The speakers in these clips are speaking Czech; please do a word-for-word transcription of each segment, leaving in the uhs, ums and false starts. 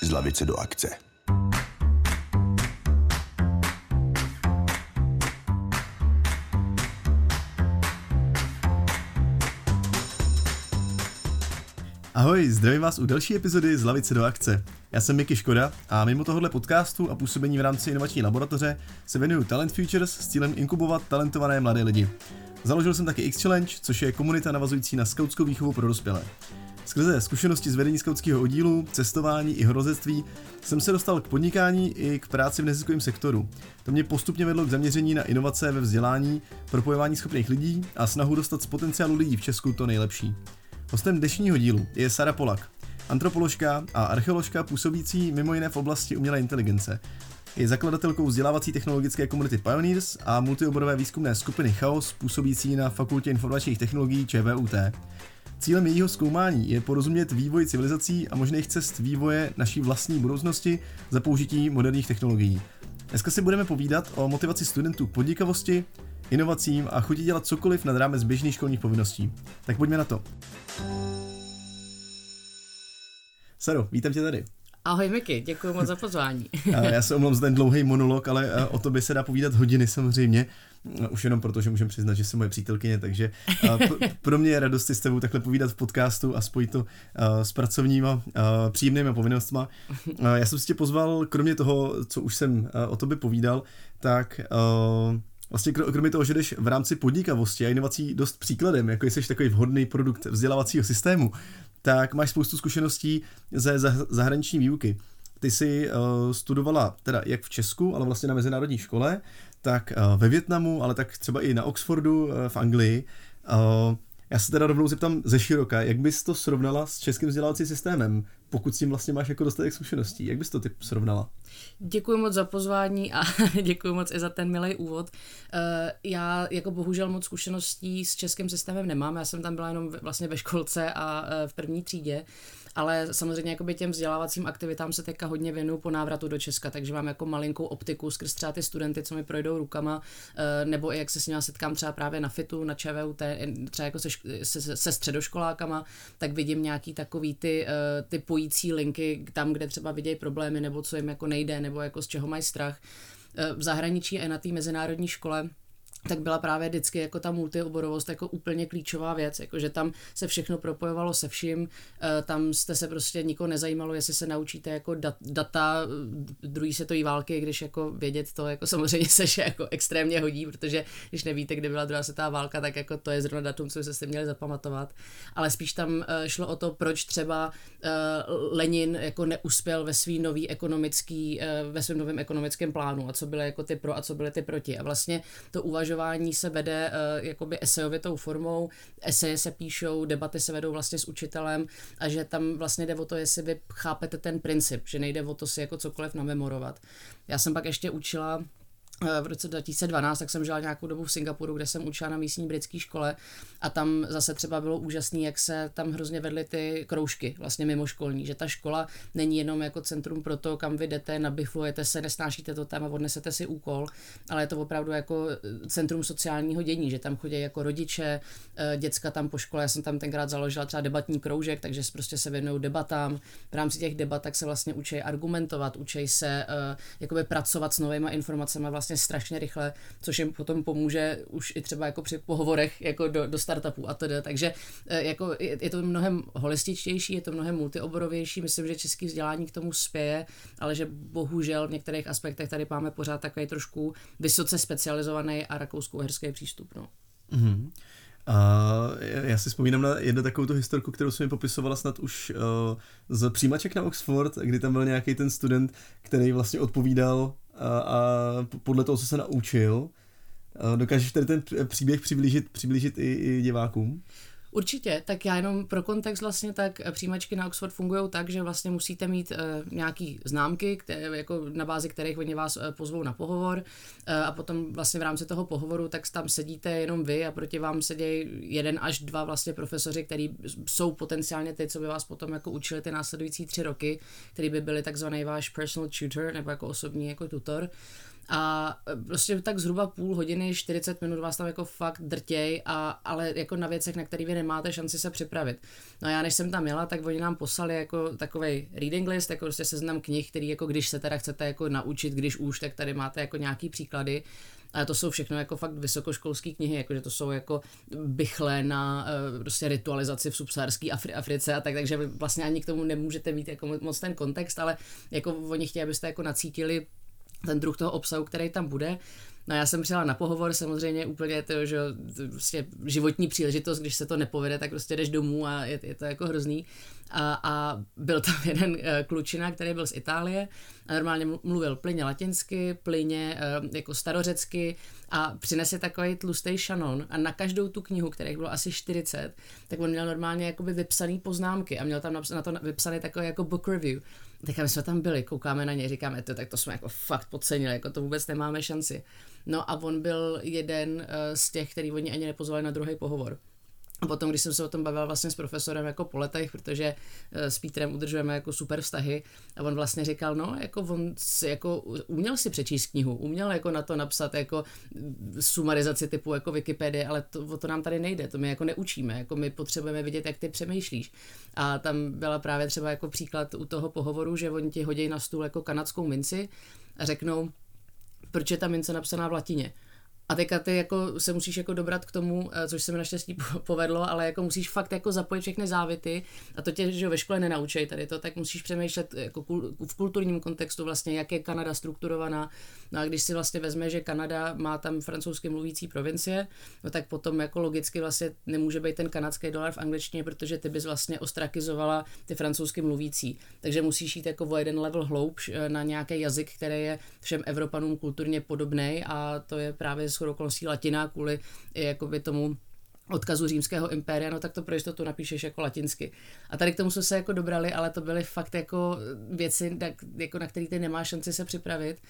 z lavice do akce. Ahoj, zdravím vás u další epizody z lavice do akce. Já jsem Miky Škoda a mimo tohohle podcastu a působení v rámci inovační laboratoře se věnuju Talent Futures s cílem inkubovat talentované mladé lidi. Založil jsem taky X-Challenge, což je komunita navazující na skautskou výchovu pro dospělé. Skrze zkušenosti z vedení skautského oddílu, cestování i horolezectví jsem se dostal k podnikání i k práci v neziskovém sektoru. To mě postupně vedlo k zaměření na inovace ve vzdělání, propojování schopných lidí a snahu dostat z potenciálu lidí v Česku to nejlepší. Hostem dnešního dílu je Sara Polak, antropoložka a archeoložka působící mimo jiné v oblasti umělé inteligence. Je zakladatelkou vzdělávací technologické komunity Pioneers a multioborové výzkumné skupiny Chaos působící na Fakultě informačních technologií ČVUT. Cílem jejího zkoumání je porozumět vývoji civilizací a možných cest vývoje naší vlastní budoucnosti za použití moderních technologií. Dneska si budeme povídat o motivaci studentů k podnikavosti, inovacím a chuti dělat cokoliv nad rámec běžných školních povinností. Tak pojďme na to. Saro, vítám tě tady. Ahoj Miky, děkuji moc za pozvání. Já se omlouvám za ten dlouhý monolog, ale o tobě se dá povídat hodiny samozřejmě. Už jenom proto, že můžem přiznat, že jsi moje přítelkyně, takže pro mě je radost si s tebou takhle povídat v podcastu a spojit to s pracovníma příjemnýma povinnostma. Já jsem si tě pozval, kromě toho, co už jsem o tobě povídal, tak vlastně kromě toho, že jdeš v rámci podnikavosti a inovací dost příkladem, jako jsi takový vhodný produkt vzdělávacího systému, tak máš spoustu zkušeností ze zahraniční výuky. Ty jsi uh, studovala teda jak v Česku, ale vlastně na mezinárodní škole, tak uh, ve Vietnamu, ale tak třeba i na Oxfordu uh, v Anglii. Uh, já se teda rovnou zeptám ze široka, jak bys to srovnala s českým vzdělávacím systémem, pokud s tím vlastně máš jako dostatek zkušeností, jak bys to ty srovnala? Děkuji moc za pozvání a děkuji moc i za ten milý úvod. Já jako bohužel moc zkušeností s českým systémem nemám, já jsem tam byla jenom vlastně ve školce a v první třídě, ale samozřejmě jakoby těm vzdělávacím aktivitám se teďka hodně věnuju po návratu do Česka, takže mám jako malinkou optiku skrz třeba ty studenty, co mi projdou rukama, nebo i jak se s nimi setkám třeba právě na FITu, na ČVUT, třeba jako se, se, se středoškolákama, tak vidím nějaký takový ty, ty pojící linky tam, kde třeba vidějí problémy, nebo co jim jako nejde, nebo jako z čeho mají strach. V zahraničí a na té mezinárodní škole tak byla právě vždycky jako ta multioborovost jako úplně klíčová věc, jako že tam se všechno propojovalo se vším, tam jste se prostě nikoho nezajímalo, jestli se naučíte jako dat, data druhé světové války, když jako vědět to jako samozřejmě se jako extrémně hodí, protože když nevíte, kdy byla druhá světová válka, tak jako to je zrovna datum, co jste měli zapamatovat, ale spíš tam šlo o to, proč třeba Lenin jako neuspěl ve svý nový ekonomický, ve svém novém ekonomickém plánu a co byly jako ty pro a co byly ty proti a vlastně to uvažování se vede uh, jakoby esejovitou formou, eseje se píšou, debaty se vedou vlastně s učitelem a že tam vlastně jde o to, jestli vy chápete ten princip, že nejde o to si jako cokoliv namemorovat. Já jsem pak ještě učila v roce dva tisíce dvanáct, tak jsem žila nějakou dobu v Singapuru, kde jsem učila na místní britské škole a tam zase třeba bylo úžasný, jak se tam hrozně vedly ty kroužky vlastně mimoškolní, že ta škola není jenom jako centrum pro to, kam vy jdete, nabiflujete se, nesnášíte to tam a odnesete si úkol, ale je to opravdu jako centrum sociálního dění, že tam chodí jako rodiče, děcka tam po škole, já jsem tam tenkrát založila třeba debatní kroužek, takže prostě se věnují debatám, v rámci těch debat tak se vlastně učí argumentovat, učí se jakoby pracovat s novými informacemi vlastně strašně rychle, což jim potom pomůže už i třeba jako při pohovorech jako do, do startupů a tedy. Takže jako je, je to mnohem holističtější, je to mnohem multioborovější, myslím, že český vzdělání k tomu spěje, ale že bohužel v některých aspektech tady máme pořád takový trošku vysoce specializovaný a rakousko-uherský přístup. No. Mm-hmm. A já si vzpomínám na jednu takovou tu historku, kterou jsem mi popisovala snad už uh, z přijímaček na Oxford, kdy tam byl nějaký ten student, který vlastně odpovídal a, a podle toho, co se naučil. Dokážeš tady ten příběh přiblížit, přiblížit i, i divákům? Určitě, tak já jenom pro kontext vlastně tak přijímačky na Oxford fungují tak, že vlastně musíte mít uh, nějaký známky, které, jako na bázi kterých oni vás uh, pozvou na pohovor uh, a potom vlastně v rámci toho pohovoru tak tam sedíte jenom vy a proti vám sedějí jeden až dva vlastně profesoři, který jsou potenciálně ty, co by vás potom jako učili ty následující tři roky, který by byli takzvaný váš personal tutor nebo jako osobní jako tutor. A prostě tak zhruba půl hodiny, čtyřicet minut vás tam jako fakt drtěj, a, ale jako na věcech, na které vy nemáte šanci se připravit. No a já než jsem tam jela, tak oni nám poslali jako takovej reading list, jako prostě seznam knih, který jako když se teda chcete jako naučit, když už, tak tady máte jako nějaký příklady. Ale to jsou všechno jako fakt vysokoškolské knihy, jakože to jsou jako bychle na uh, prostě ritualizaci v subsaharské Afri- Africe a tak, takže vy vlastně ani k tomu nemůžete mít jako moc ten kontext, ale jako oni chtějí, abyste jako nacítili ten druh toho obsahu, který tam bude. No já jsem přijela na pohovor, samozřejmě úplně to, že prostě životní příležitost, když se to nepovede, tak prostě jdeš domů a je, je to jako hrozný. A, a byl tam jeden uh, klučina, který byl z Itálie a normálně mluvil plyně latinsky, plyně uh, jako starořecky a přinese takový tlustý šanon a na každou tu knihu, kterých bylo asi čtyřicet, tak on měl normálně jakoby vypsaný poznámky a měl tam na to vypsaný takový jako book review. Tak my jsme tam byli, koukáme na ně, říkáme, to, tak to jsme jako fakt podcenili, jako to vůbec nemáme šanci. No a on byl jeden uh, z těch, který oni ani nepozvali na druhý pohovor. A potom, když jsem se o tom bavil vlastně s profesorem jako po letech, protože s Petrem udržujeme jako super vztahy a on vlastně říkal, no, jako on si jako uměl si přečíst knihu, uměl jako na to napsat jako sumarizaci typu jako Wikipedie, ale to, o to nám tady nejde, to my jako neučíme, jako my potřebujeme vidět, jak ty přemýšlíš. A tam byla právě třeba jako příklad u toho pohovoru, že oni ti hodí na stůl jako kanadskou minci a řeknou, proč je ta mince napsaná v latině. A teďka ty jako se musíš jako dobrat k tomu, což se mi naštěstí povedlo, ale jako musíš fakt jako zapojit všechny závity a to tě, že ve škole nenaučej tady to, tak musíš přemýšlet jako v kulturním kontextu vlastně, jak je Kanada strukturovaná. No a když si vlastně vezme, že Kanada má tam francouzsky mluvící provincie, no tak potom jako logicky vlastně nemůže být ten kanadský dolar v angličtině, protože ty bys vlastně ostrakizovala ty francouzsky mluvící. Takže musíš jít jako o jeden level hloubš na nějaký jazyk, který je všem Evropanům kulturně podobný a to je právě shodou okolností latina kvůli jakoby tomu odkazu římského impéria, no tak to pro jistotu napíšeš jako latinsky. A tady k tomu jsme se jako dobrali, ale to byly fakt jako věci, na, jako na které ty nemáš šanci se připravit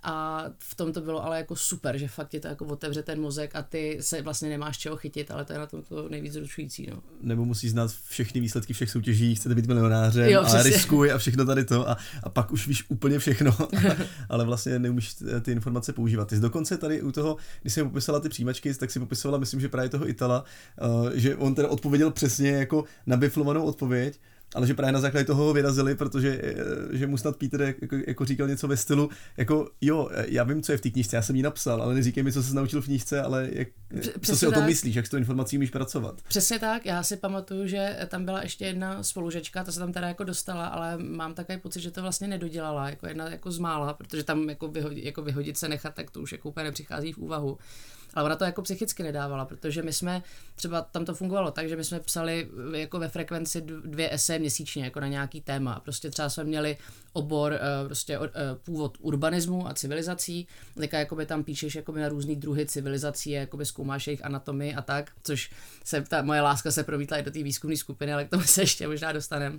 a v tom to bylo ale jako super, že fakt ti to jako otevře ten mozek a ty se vlastně nemáš čeho chytit, ale to je na tom to nejvíc zrušující, no. Nebo musíš znát všechny výsledky všech soutěží, chcete být milionářem jo, a riskuj a všechno tady to a, a pak už víš úplně všechno, ale vlastně neumíš ty informace používat. Ty jsi dokonce tady u toho, když jsi popisala ty přijímačky, tak si popisovala, myslím, že právě toho Itala, Uh, že on teda odpověděl přesně jako nabiflovanou odpověď, ale že právě na základě toho ho vyrazili, protože že mu snad Peter jako, jako říkal něco ve stylu, jako jo, já vím, co je v té knížce, já jsem ji napsal, ale neříkej mi, co jsi naučil v knížce, ale jak, co si o tom myslíš, jak s tou informací umíš pracovat. Přesně tak, já si pamatuju, že tam byla ještě jedna spolužečka, ta se tam teda jako dostala, ale mám takový pocit, že to vlastně nedodělala, jako jedna jako z mála, protože tam jako, vyhodit, jako vyhodit se nechat, tak to už jako úplně nepřichází v úvahu. Ale ona to jako psychicky nedávala, protože my jsme, třeba tam to fungovalo tak, že my jsme psali jako ve frekvenci dvě eseje měsíčně, jako na nějaký téma. Prostě třeba jsme měli obor, prostě původ urbanismu a civilizací, teďka jakoby tam píšeš jakoby na různý druhy civilizací, jakoby zkoumáš jejich anatomii a tak, což se, ta moje láska se promítla i do té výzkumné skupiny, ale k tomu se ještě možná dostaneme.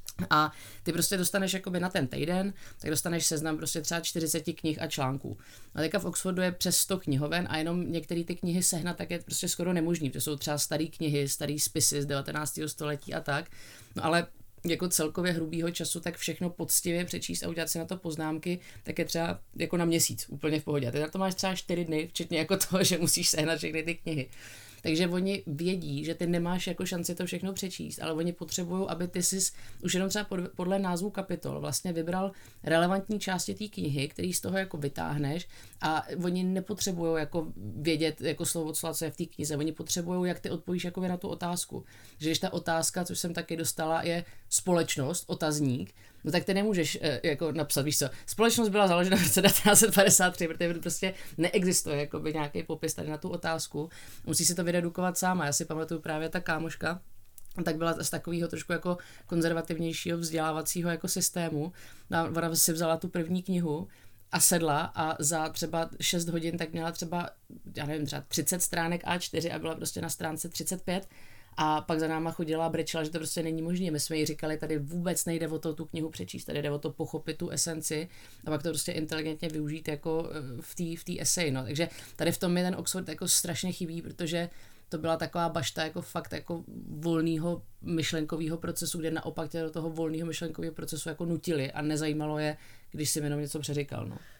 A ty prostě dostaneš jakoby na ten týden, tak dostaneš seznam prostě třeba čtyřicet knih a článků. A teďka v Oxfordu je přes sto knihoven a jenom některé ty knihy sehnat tak je prostě skoro nemožný, to jsou třeba staré knihy, staré spisy z devatenáctého století a tak. No ale jako celkově hrubýho času, tak všechno poctivě přečíst a udělat si na to poznámky, tak je třeba jako na měsíc, úplně v pohodě. A ty na to máš třeba čtyři dny, včetně jako toho, že musíš sehnat všechny ty knihy. Takže oni vědí, že ty nemáš jako šanci to všechno přečíst, ale oni potřebují, aby ty si už jenom třeba podle názvu kapitol vlastně vybral relevantní části té knihy, který z toho jako vytáhneš a oni nepotřebují jako vědět jako slovo od slova, co je v té knize, oni potřebují, jak ty odpovíš jako na tu otázku. Že když ta otázka, což jsem taky dostala, je společnost, otazník, no tak ty nemůžeš jako napsat, víš co, společnost byla založena v roce devatenáct set padesát tři, protože prostě neexistuje jakoby nějaký popis tady na tu otázku, musí si to vydedukovat sama. Já si pamatuju právě ta kámoška, tak byla z takového trošku jako konzervativnějšího vzdělávacího jako systému. Ona si vzala tu první knihu a sedla a za třeba šest hodin tak měla třeba, já nevím, třeba třicet stránek á čtyři a byla prostě na stránce třicet pět. A pak za náma chodila a brečela, že to prostě není možné. My jsme jí říkali, tady vůbec nejde o to tu knihu přečíst, tady jde o to pochopit tu esenci a pak to prostě inteligentně využít jako v té v té esej. No. Takže tady v tom mi ten Oxford jako strašně chybí, protože to byla taková bašta jako fakt jako volného myšlenkového procesu, kde naopak tě do toho volného myšlenkového procesu jako nutili a nezajímalo je, když si jenom něco přeříkal. No.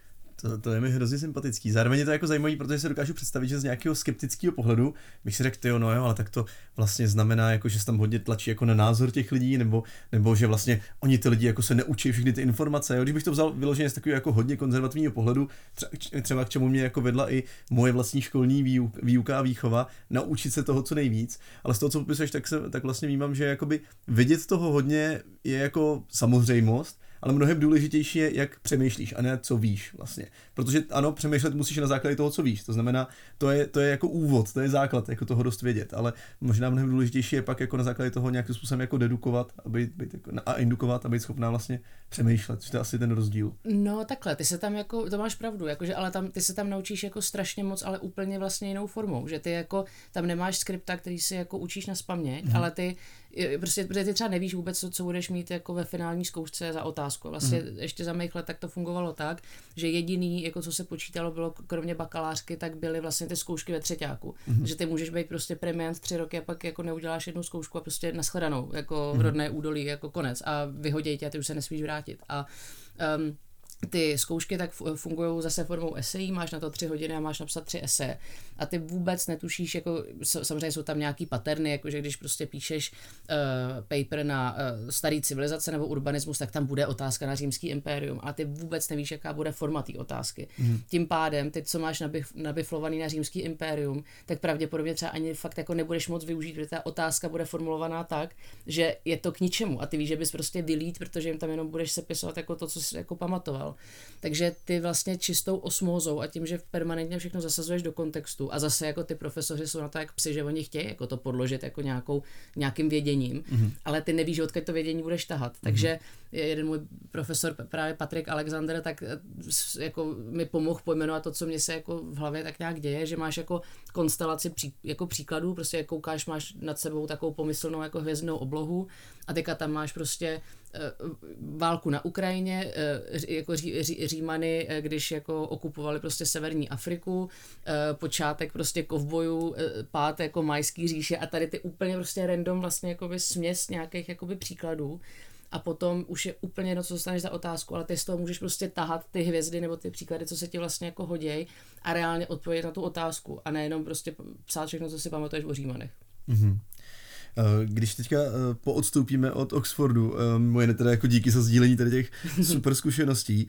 To, to je mi hrozně sympatický. Zároveň je to jako zajímavý, protože se dokážu představit, že z nějakého skeptického pohledu bych si řekl, tyjo, no jo, ale tak to vlastně znamená, jako, že se tam hodně tlačí jako na názor těch lidí, nebo, nebo že vlastně oni ty lidi jako se neučí všechny ty informace. Jo? Když bych to vzal vyloženě z takového jako hodně konzervativního pohledu, třeba k čemu mě jako vedla i moje vlastní školní výuka, výuka a výchova, naučit se toho co nejvíc, ale z toho, co popisuješ, tak, se, tak vlastně vnímám, že jakoby vidět toho hodně je jako samozřejmost, ale mnohem důležitější je, jak přemýšlíš a ne co víš vlastně. Protože ano, přemýšlet musíš na základě toho, co víš. To znamená, to je, to je jako úvod, to je základ, jako toho dost vědět, ale možná mnohem důležitější je pak jako na základě toho nějakým způsobem jako dedukovat a, být, být jako, a indukovat a být schopná vlastně přemýšlet, že to je asi ten rozdíl. No takhle, ty se tam jako, to máš pravdu, jakože, ale tam, ty se tam naučíš jako strašně moc, ale úplně vlastně jinou formou, že ty jako tam nemáš skripta, který si jako učíš na spaměť, hmm. ale ty prostě, protože ty třeba nevíš vůbec, co, co budeš mít jako ve finální zkoušce za otázku. Vlastně mm. ještě za mých let tak to fungovalo tak, že jediný, jako co se počítalo, bylo kromě bakalářky, tak byly vlastně ty zkoušky ve třeťáku. Mm. Takže ty můžeš být prostě premiant tři roky a pak jako neuděláš jednu zkoušku a prostě nashledanou, jako mm. rodné údolí, jako konec a vyhodí tě a ty už se nesmíš vrátit. A um, ty zkoušky tak fungují zase formou esejí, máš na to tři hodiny a máš napsat tři eseje. A ty vůbec netušíš, jako samozřejmě jsou tam nějaký paterny, jakože když prostě píšeš uh, paper na uh, starý civilizace nebo urbanismus, tak tam bude otázka na římský impérium, a ty vůbec nevíš, jaká bude forma té otázky. Mm. Tím pádem, ty, co máš nabif, nabiflovaný na římský impérium, tak pravděpodobně třeba ani fakt jako nebudeš moc využít, protože ta otázka bude formulovaná tak, že je to k ničemu a ty víš, že bys prostě vylít, protože jim tam jenom budeš sepisovat jako to, co jsi jako pamatoval. Takže ty vlastně čistou osmózou a tím, že permanentně všechno zasazuješ do kontextu a zase jako ty profesoři jsou na to jak psi, že oni chtějí jako to podložit jako nějakou, nějakým věděním, mm-hmm. ale ty nevíš, odkud to vědění budeš tahat. Mm-hmm. Takže jeden můj profesor, právě Patrik Alexander, tak jako mi pomohl pojmenovat to, co mě se jako v hlavě tak nějak děje, že máš jako konstelaci pří, jako příkladů, prostě jak koukáš, máš nad sebou takovou pomyslnou jako hvězdnou oblohu a teďka tam máš prostě válku na Ukrajině, jako ří, ří, Římany, když jako okupovali prostě severní Afriku, počátek prostě kovbojů, pád jako majský říše a tady ty úplně prostě random vlastně jakoby směs nějakých jakoby příkladů. A potom už je úplně jedno, co dostaneš za otázku, ale ty z toho můžeš prostě tahat ty hvězdy nebo ty příklady, co se ti vlastně jako hoděj a reálně odpovědět na tu otázku a nejenom prostě psát všechno, co si pamatuješ o Římanech. Mm-hmm. Když teďka poodstoupíme od Oxfordu, moje teda jako díky za sdílení tady těch super zkušeností,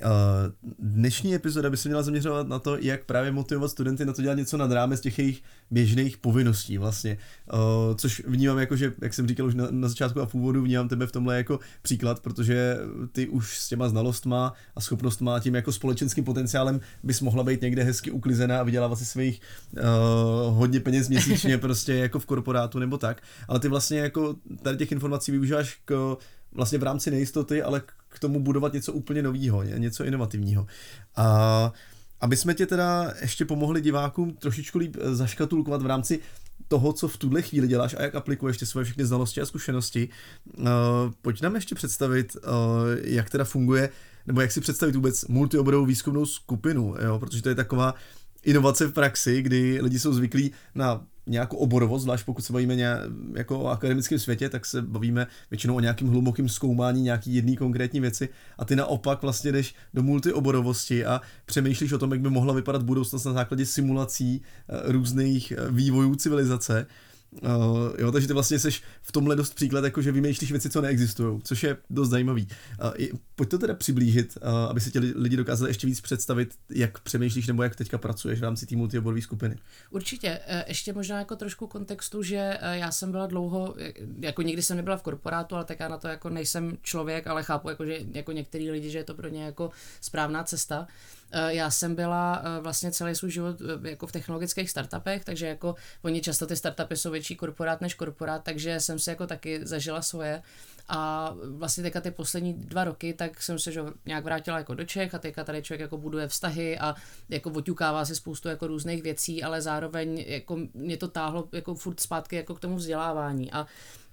dnešní epizoda by se měla zaměřovat na to, jak právě motivovat studenty na to dělat něco nad rámec těch jejich běžných povinností vlastně, což vnímám jako, že, jak jsem říkal už na, na začátku a v úvodu, vnímám tebe v tomhle jako příklad, protože ty už s těma znalostma a schopnostma a tím jako společenským potenciálem bys mohla být někde hezky uklizená a vydělávat si svých uh, hodně peněz měsíčně prostě jako v korporátu nebo tak, ale ty vlastně jako tady těch informací využíváš k, vlastně v rámci nejistoty, ale k tomu budovat něco úplně novýho, něco inovativního. A aby jsme tě teda ještě pomohli divákům trošičku líp zaškatulkovat v rámci toho, co v tuhle chvíli děláš a jak aplikuješ ty svoje všechny znalosti a zkušenosti, uh, pojď nám ještě představit, uh, jak teda funguje, nebo jak si představit vůbec multioborovou výzkumnou skupinu, jo? Protože to je taková inovace v praxi, kdy lidi jsou zvyklí na nějakou oborovost, zvlášť pokud se bavíme nějak, jako o akademickém světě, tak se bavíme většinou o nějakým hlubokým zkoumání nějaký jedné konkrétní věci a ty naopak vlastně jdeš do multioborovosti a přemýšlíš o tom, jak by mohla vypadat budoucnost na základě simulací různých vývojů civilizace. Uh, jo, takže ty vlastně seš v tomhle dost příklad, jako že vymýšlíš věci, co neexistují, což je dost zajímavý. Uh, pojď to teda přiblížit, uh, aby si tě lidi dokázali ještě víc představit, jak přemýšlíš nebo jak teďka pracuješ v rámci té multioborové skupiny. Určitě. Ještě možná jako trošku kontextu, že já jsem byla dlouho, jako nikdy jsem nebyla v korporátu, ale tak já na to jako nejsem člověk, ale chápu, jako, že jako některý lidi, že je to pro ně jako správná cesta. Já jsem byla vlastně celý svůj život jako v technologických startupech, takže jako oni často ty startupy jsou větší korporát než korporát, takže jsem si jako taky zažila svoje a vlastně teďka ty poslední dva roky, tak jsem se že nějak vrátila jako do Čech a teďka tady člověk jako buduje vztahy a jako oťukává si spoustu jako různých věcí, ale zároveň jako mě to táhlo jako furt zpátky jako k tomu vzdělávání a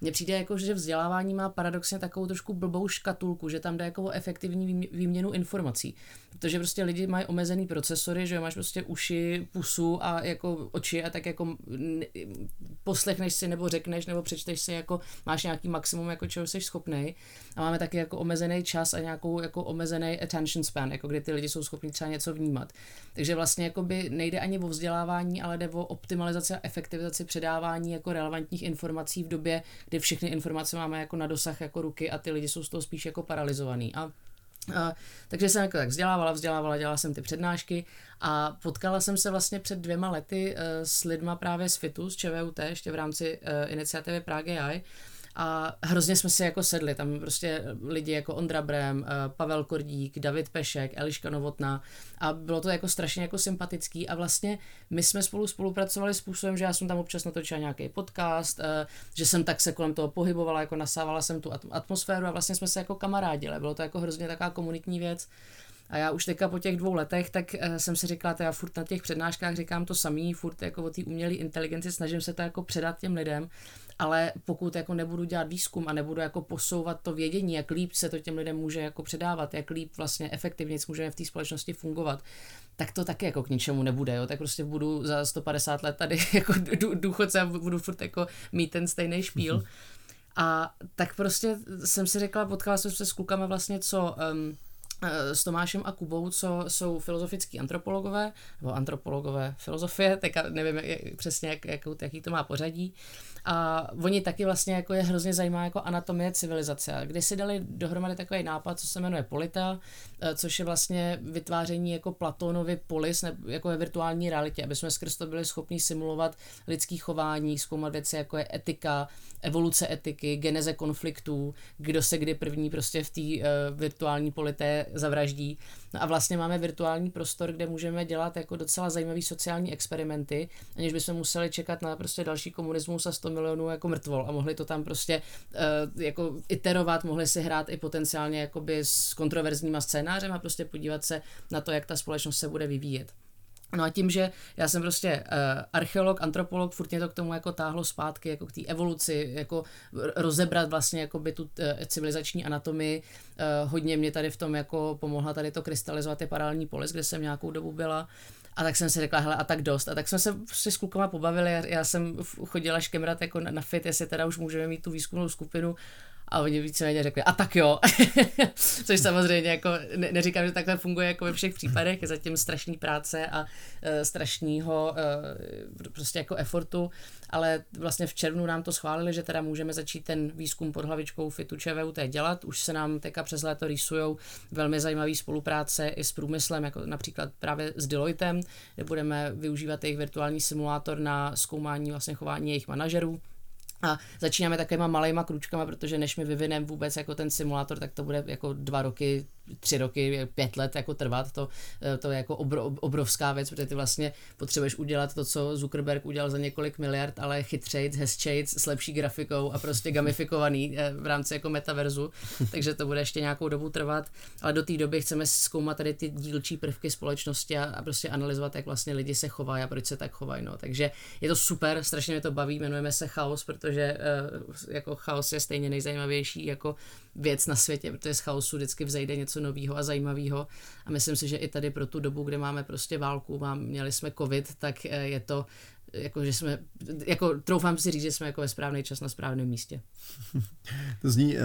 mně přijde jako, že vzdělávání má paradoxně takovou trošku blbou škatulku, že tam jde jako o efektivní výměnu informací. Protože prostě lidi mají omezený procesory, že máš prostě uši, pusu a jako oči a tak jako poslechneš si nebo řekneš nebo přečteš si jako máš nějaký maximum, jako čeho jsi schopnej. A máme taky jako omezený čas a nějakou jako omezený attention span, jako kdy ty lidi jsou schopni třeba něco vnímat. Takže vlastně jakoby nejde ani o vzdělávání, ale jde o optimalizaci a efektivizaci předávání jako relevantních informací v době, kdy všechny informace máme jako na dosah jako ruky a ty lidi jsou z toho spíš jako paralizovaný. A Uh, takže jsem jako tak vzdělávala, vzdělávala, dělala jsem ty přednášky a potkala jsem se vlastně před dvěma lety uh, s lidma právě z FITu, z ČVUT, ještě v rámci uh, iniciativy Prague A I a hrozně jsme si jako sedli, tam prostě lidi jako Ondra Brem, uh, Pavel Kordík, David Pešek, Eliška Novotná a bylo to jako strašně jako sympatický a vlastně my jsme spolu spolupracovali způsobem, že já jsem tam občas natočila nějaký podcast, uh, že jsem tak se kolem toho pohybovala, jako nasávala jsem tu atmosféru a vlastně jsme se jako kamarádili, bylo to jako hrozně taková komunitní věc. A já už teďka po těch dvou letech, tak uh, jsem si říkala, já furt na těch přednáškách říkám to samý, furt jako o té umělé inteligenci, snažím se to jako předat těm lidem, ale pokud jako nebudu dělat výzkum a nebudu jako posouvat to vědění, jak líp se to těm lidem může jako předávat, jak líp vlastně efektivně můžeme v té společnosti fungovat, tak to taky jako k ničemu nebude, jo? Tak prostě budu za sto padesát let tady jako důchodce a budu furt jako mít ten stejný špíl. A tak prostě jsem si řekla, potkala jsem se s klukama vlastně, co um, s Tomášem a Kubou, co jsou filozofický antropologové, nebo antropologové filozofie, tak nevím jak, přesně, jak, jak, jaký to má pořadí. A oni taky vlastně jako je hrozně zajímá jako anatomie civilizace. A když si dali dohromady takový nápad, co se jmenuje Polita, což je vlastně vytváření jako Platónovy polis, ne, jako je virtuální realitě, aby jsme skrz to byli schopni simulovat lidský chování, zkoumat věci jako je etika, evoluce etiky, geneze konfliktů, kdo se kdy první prostě v té uh, virtuální polité zavraždí. No a vlastně máme virtuální prostor, kde můžeme dělat jako docela zajímavý sociální experimenty, aniž bychom museli čekat na prostě další komunismus a sto milionů jako mrtvol a mohli to tam prostě uh, jako iterovat, mohli si hrát i potenciálně jakoby s kontroverzníma scénářem a prostě podívat se na to, jak ta společnost se bude vyvíjet. No a tím, že já jsem prostě uh, archeolog, antropolog, furt mě to k tomu jako táhlo zpátky, jako k té evoluci, jako rozebrat vlastně jako by tu uh, civilizační anatomii. Uh, hodně mě tady v tom jako pomohla tady to krystalizovat je paralelní polis, kde jsem nějakou dobu byla. A tak jsem si řekla, hele, a tak dost. A tak jsme se prostě s klukama pobavili, já jsem chodila škemrat jako na, na fit, jestli teda už můžeme mít tu výzkumnou skupinu. A oni víceméně řekli, a tak jo. Což samozřejmě jako ne, neříkám, že takhle funguje jako ve všech případech, je zatím strašný práce a e, strašného e, prostě jako effortu, ale vlastně v červnu nám to schválili, že teda můžeme začít ten výzkum pod hlavičkou FITu ČVUT dělat. Už se nám teďka přes léto rýsujou velmi zajímavé spolupráce i s průmyslem, jako například právě s Deloitem, kde budeme využívat jejich virtuální simulátor na zkoumání vlastně chování jejich manažerů. A začínáme takovýma malejma kručkama, protože než my vyvineme vůbec jako ten simulátor, tak to bude jako dva roky, tři roky, pět let jako trvat, to, to je jako obro, obrovská věc, protože ty vlastně potřebuješ udělat to, co Zuckerberg udělal za několik miliard, ale chytřejc, hezčejc, s lepší grafikou a prostě gamifikovaný v rámci jako metaverzu, takže to bude ještě nějakou dobu trvat, ale do té doby chceme zkoumat tady ty dílčí prvky společnosti a, a prostě analyzovat, jak vlastně lidi se chovají a proč se tak chovají, no. Takže je to super, strašně mě to baví, jmenujeme se Chaos, protože uh, jako chaos je stejně nejzajímavější jako věc na světě, protože z chaosu vždycky vzejde něco nového a zajímavého a myslím si, že i tady pro tu dobu, kde máme prostě válku, mám, měli jsme covid, tak je to jako, že jsme, jako troufám si říct, že jsme jako ve správný čas na správném místě. To zní, uh,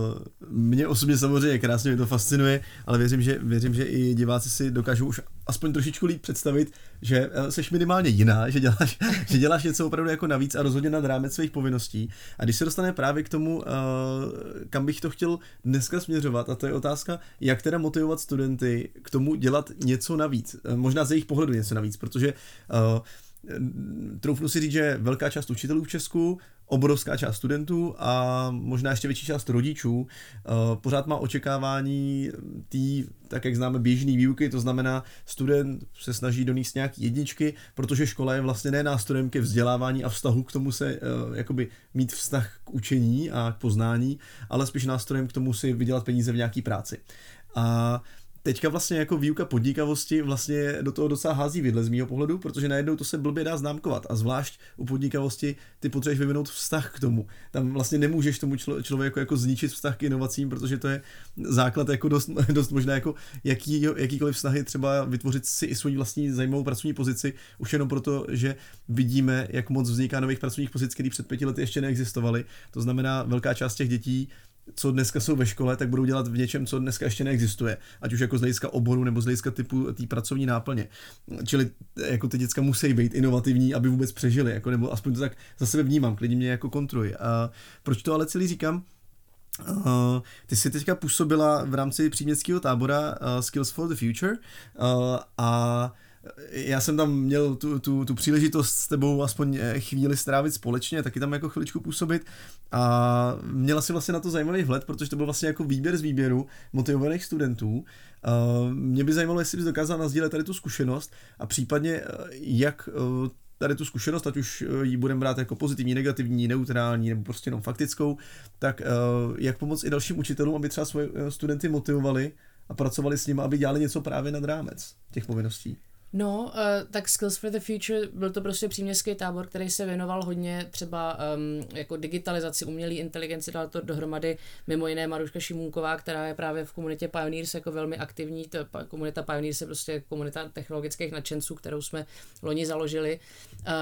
mě osobně samozřejmě krásně, mě to fascinuje, ale věřím, že, věřím, že i diváci si dokážou už aspoň trošičku líp představit, že uh, seš minimálně jiná, že děláš, že děláš něco opravdu jako navíc a rozhodně nad rámec svých povinností. A když se dostane právě k tomu, uh, kam bych to chtěl dneska směřovat, a to je otázka, jak teda motivovat studenty k tomu dělat něco navíc. Uh, možná z jejich pohledu něco navíc, protože uh, troufnu si říct, že velká část učitelů v Česku, obrovská část studentů a možná ještě větší část rodičů pořád má očekávání tý, tak jak známe, běžný výuky, to znamená, student se snaží donést nějaký jedničky, protože škola je vlastně ne nástrojem ke vzdělávání a vztahu k tomu se jakoby mít vztah k učení a k poznání, ale spíš nástrojem k tomu si vydělat peníze v nějaký práci. A teďka vlastně jako výuka podnikavosti vlastně do toho docela hází vidle z mýho pohledu, protože najednou to se blbě dá známkovat a zvlášť u podnikavosti ty potřebuješ vyvinout vztah k tomu. Tam vlastně nemůžeš tomu člo, člověku jako zničit vztah k inovacím, protože to je základ jako dost, dost možná jako jaký, jakýkoliv vztahy třeba vytvořit si i svou vlastní zajímavou pracovní pozici, už jenom proto, že vidíme, jak moc vzniká nových pracovních pozic, které před pěti lety ještě neexistovaly. To znamená, velká část těch dětí, co dneska jsou ve škole, tak budou dělat v něčem, co dneska ještě neexistuje. Ať už jako z hlediska oboru nebo z hlediska typu té pracovní náplně. Čili jako ty děcka musí být inovativní, aby vůbec přežili, jako, nebo aspoň to tak za sebe vnímám, klidně mě jako kontruj. A proč to ale celý říkám? Uh, ty jsi teďka působila v rámci příměstského tábora uh, Skills for the Future uh, a já jsem tam měl tu, tu, tu příležitost s tebou aspoň chvíli strávit společně, taky tam jako chviličku působit a měla si vlastně na to zajímavý vhled, protože to byl vlastně jako výběr z výběru motivovaných studentů. Mě by zajímalo, jestli bys dokázal nasdílet tady tu zkušenost a případně jak tady tu zkušenost, ať už ji budeme brát jako pozitivní, negativní, neutrální nebo prostě jenom faktickou, tak jak pomoct i dalším učitelům, aby třeba svoje studenty motivovali a pracovali s nimi, aby dělali něco právě nad rámec těch povinností. No, uh, tak Skills for the Future byl to prostě příměstský tábor, který se věnoval hodně třeba um, jako digitalizaci, umělé inteligenci, dal to dohromady mimo jiné Maruška Šimůnková, která je právě v komunitě Pioneers jako velmi aktivní. To, komunita Pioneers je prostě komunita technologických nadšenců, kterou jsme loni založili. Uh,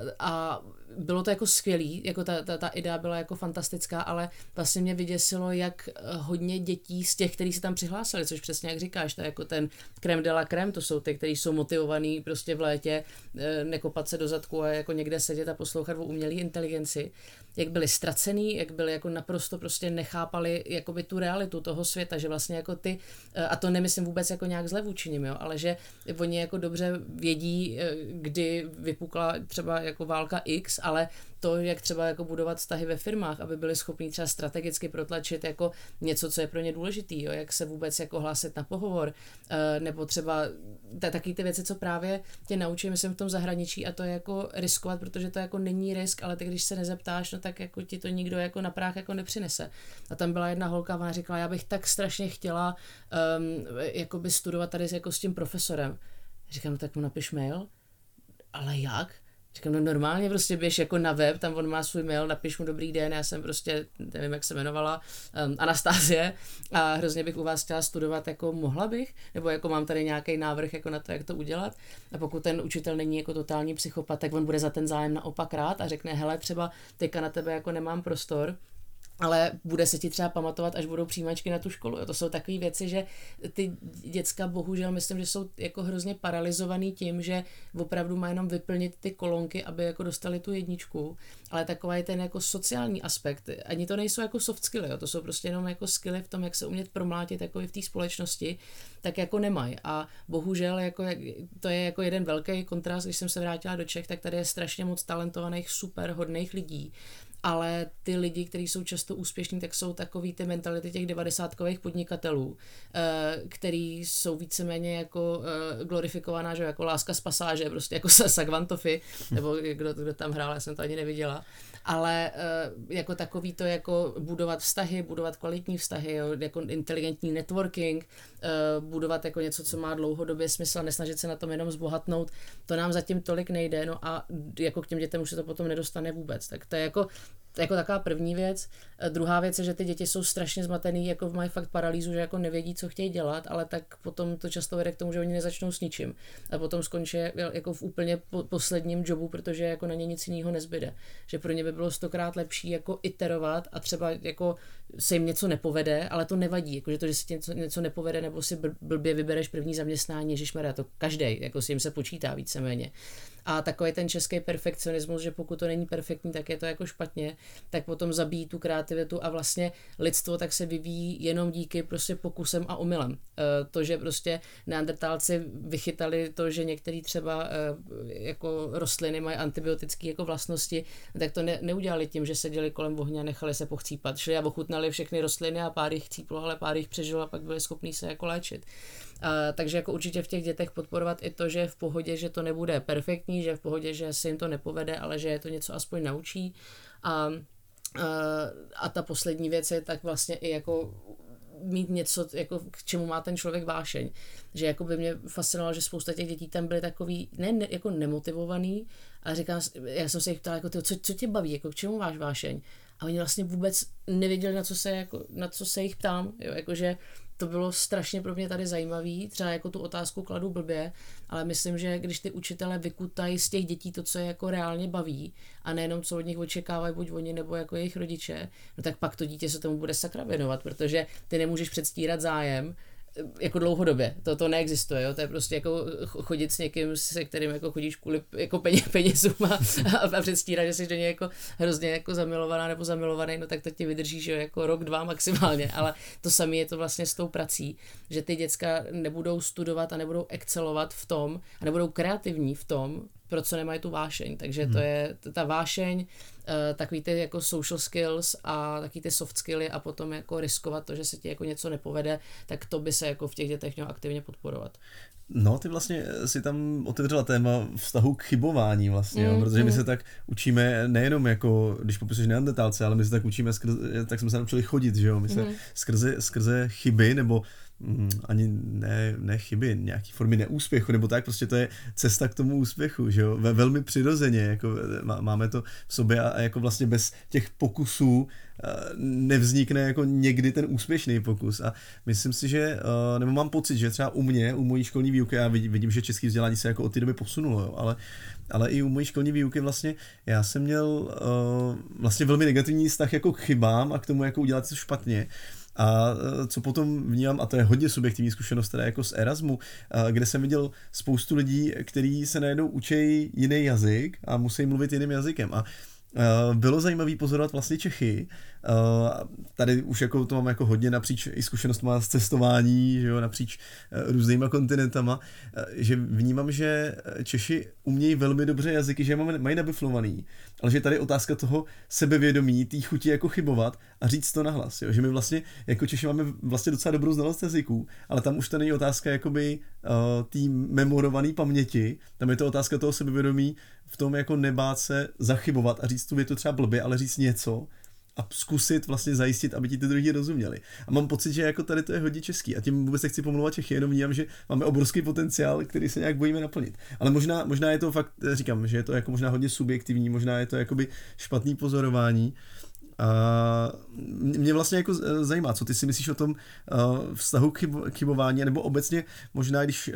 a bylo to jako skvělý, jako ta, ta, ta idea byla jako fantastická, ale vlastně mě vyděsilo, jak hodně dětí z těch, kteří se tam přihlásili, což přesně jak říkáš, to je jako ten crème de la crème, to jsou ty, kteří jsou motivovaný prostě v létě nekopat se do zadku a jako někde sedět a poslouchat o umělé inteligenci, jak byli ztracený, jak byli jako naprosto prostě nechápali jakoby tu realitu toho světa, že vlastně jako ty, a to nemyslím vůbec jako nějak zle vůči nim, jo, ale že oni jako dobře vědí, kdy vypukla třeba jako válka X, ale to, jak třeba jako budovat vztahy ve firmách, aby byli schopní třeba strategicky protlačit jako něco, co je pro ně důležitý, jo, jak se vůbec jako hlásit na pohovor, nebo třeba t- taky ty věci, co právě tě naučí, myslím, v tom zahraničí, a to je jako riskovat, protože to jako není risk, ale ty, když se nezeptáš, no tak jako ti to nikdo jako na práh jako nepřinese. A tam byla jedna holka, ona říkala, já bych tak strašně chtěla um, jakoby studovat tady jako s tím profesorem. Říkám, no tak mu napiš mail, ale jak? Říkám, no normálně prostě běž jako na web, tam on má svůj mail, napiš mu dobrý den, já jsem prostě, nevím, jak se jmenovala, um, Anastázie a hrozně bych u vás chtěla studovat, jako mohla bych, nebo jako mám tady nějaký návrh jako na to, jak to udělat, a pokud ten učitel není jako totální psychopat, tak on bude za ten zájem naopak rád a řekne, hele, třeba teďka na tebe jako nemám prostor, ale bude se ti třeba pamatovat, až budou přijímačky na tu školu. Jo. To jsou takové věci, že ty děcka bohužel myslím, že jsou jako hrozně paralizovaný tím, že opravdu má jenom vyplnit ty kolonky, aby jako dostali tu jedničku, ale takový ten jako sociální aspekt, ani to nejsou jako soft skilly, jo. To jsou prostě jenom jako skilly v tom, jak se umět promlátit jako v té společnosti, tak jako nemají. A bohužel jako to je jako jeden velký kontrast, když jsem se vrátila do Čech, tak tady je strašně moc talentovaných, super hodných lidí. Ale ty lidi, kteří jsou často úspěšní, tak jsou takový ty mentality těch devadesátkových podnikatelů, který jsou víceméně jako glorifikovaná, že jako láska z pasáže, prostě jako Sagvantofy, nebo kdo, kdo tam hrál, já jsem to ani neviděla. Ale jako takový to jako budovat vztahy, budovat kvalitní vztahy, jo, jako inteligentní networking, budovat jako něco, co má dlouhodobě smysl, nesnažit se na tom jenom zbohatnout, to nám zatím tolik nejde, no a jako k těm dětem už se to potom nedostane vůbec. Tak to je jako To je jako taková první věc. Druhá věc je, že ty děti jsou strašně zmatený, jako mají fakt paralýzu, že jako nevědí, co chtějí dělat, ale tak potom to často vede k tomu, že oni nezačnou s ničím. A potom skončí jako v úplně posledním jobu, protože jako na ně nic jiného nezbyde. Že pro ně by bylo stokrát lepší jako iterovat a třeba jako se jim něco nepovede, ale to nevadí, jako že to, že si něco, něco nepovede, nebo si blbě vybereš první zaměstnání, ježišmarja, to každej, jako si jim se počítá víceméně. A takový ten český perfekcionismus, že pokud to není perfektní, tak je to jako špatně, tak potom zabíjí tu kreativitu a vlastně lidstvo tak se vyvíjí jenom díky prostě pokusem a omylem. To, že prostě neandertálci vychytali to, že některý třeba jako rostliny mají antibiotické jako vlastnosti, tak to ne, neudělali tím, že seděli kolem ohně a nechali se pochcípat. Šli a ochutnali všechny rostliny a pár jich chcíplo, ale pár jich přežilo a pak byli schopní se jako léčit. Uh, takže jako určitě v těch dětech podporovat i to, že je v pohodě, že to nebude perfektní, že je v pohodě, že se jim to nepovede, ale že je to něco aspoň naučí. A, uh, a ta poslední věc je tak vlastně i jako mít něco, jako k čemu má ten člověk vášeň. Že jako by mě fascinovalo, že spousta těch dětí tam byly takový, ne, ne jako nemotivovaný, ale říkám, já jsem se jich ptala, jako, tyjo, co, co tě baví, jako k čemu máš vášeň? A oni vlastně vůbec nevěděli, na co se, jako, na co se jich ptám, jo, jakože to bylo strašně pro mě tady zajímavý, třeba jako tu otázku kladu blbě, ale myslím, že když ty učitelé vykutají z těch dětí to, co je jako reálně baví a nejenom co od nich očekávají buď oni nebo jako jejich rodiče, no tak pak to dítě se tomu bude sakra věnovat, protože ty nemůžeš předstírat zájem jako dlouhodobě, to, to neexistuje, jo? To je prostě jako chodit s někým, se kterým jako chodíš kvůli jako peně, penězům a, a předstírat, že jsi do něj jako hrozně jako zamilovaná nebo zamilovaný, no tak to ti vydrží, že jo, jako rok, dva maximálně, ale to samé je to vlastně s tou prací, že ty děcka nebudou studovat a nebudou excelovat v tom a nebudou kreativní v tom, pro co nemají tu vášeň, takže hmm. to je ta vášeň, takový ty jako social skills a takový ty soft skilly a potom jako riskovat to, že se ti jako něco nepovede, tak to by se jako v těch dětech mělo aktivně podporovat. No, ty vlastně si tam otevřela téma vztahu k chybování vlastně, mm, jo, protože mm. my se tak učíme nejenom jako, když popisuješ neandertálce, ale my se tak učíme, skrze, tak jsme se naučili chodit, že jo, my se mm. skrze, skrze chyby nebo Mm, ani ne, ne chyby, nějaký formy neúspěchu, nebo tak, prostě to je cesta k tomu úspěchu, že jo, Ve, velmi přirozeně, jako má, máme to v sobě a, a jako vlastně bez těch pokusů nevznikne jako někdy ten úspěšný pokus a myslím si, že, nebo mám pocit, že třeba u mě, u mojí školní výuky, já vidím, vidím že české vzdělání se jako od té doby posunulo, jo, ale, ale i u mojí školní výuky vlastně já jsem měl uh, vlastně velmi negativní vztah jako k chybám a k tomu, jako udělat to špatně. A co potom vnímám, a to je hodně subjektivní zkušenost, teda jako z Erasmu, kde jsem viděl spoustu lidí, kteří se najednou učí jiný jazyk a musí mluvit jiným jazykem. A bylo zajímavé pozorovat vlastně Čechy. Tady už jako to mám jako hodně napříč i zkušenost má z cestování, že jo, napříč různýma kontinentama, že vnímám, že Češi umějí velmi dobře jazyky, že je mají nabiflovaný, ale že tady je otázka toho sebevědomí, té chuti jako chybovat a říct to nahlas, jo, že my vlastně jako Češi máme vlastně docela dobrou znalost jazyků, ale tam už to není otázka jakoby uh, té memorované paměti, tam je to otázka toho sebevědomí v tom jako nebát se zachybovat a říct tu větu třeba blbě, ale říct něco a zkusit vlastně zajistit, aby ti ty druhý rozuměli. A mám pocit, že jako tady to je hodně český a tím vůbec nechci pomlouvat Čechy, jenom vnímám, že máme obrovský potenciál, který se nějak bojíme naplnit. Ale možná, možná je to fakt, říkám, že je to jako možná hodně subjektivní, možná je to jakoby špatný pozorování. A mě vlastně jako zajímá, co ty si myslíš o tom uh, vztahu k, chybo, k chybování, nebo obecně možná, když uh,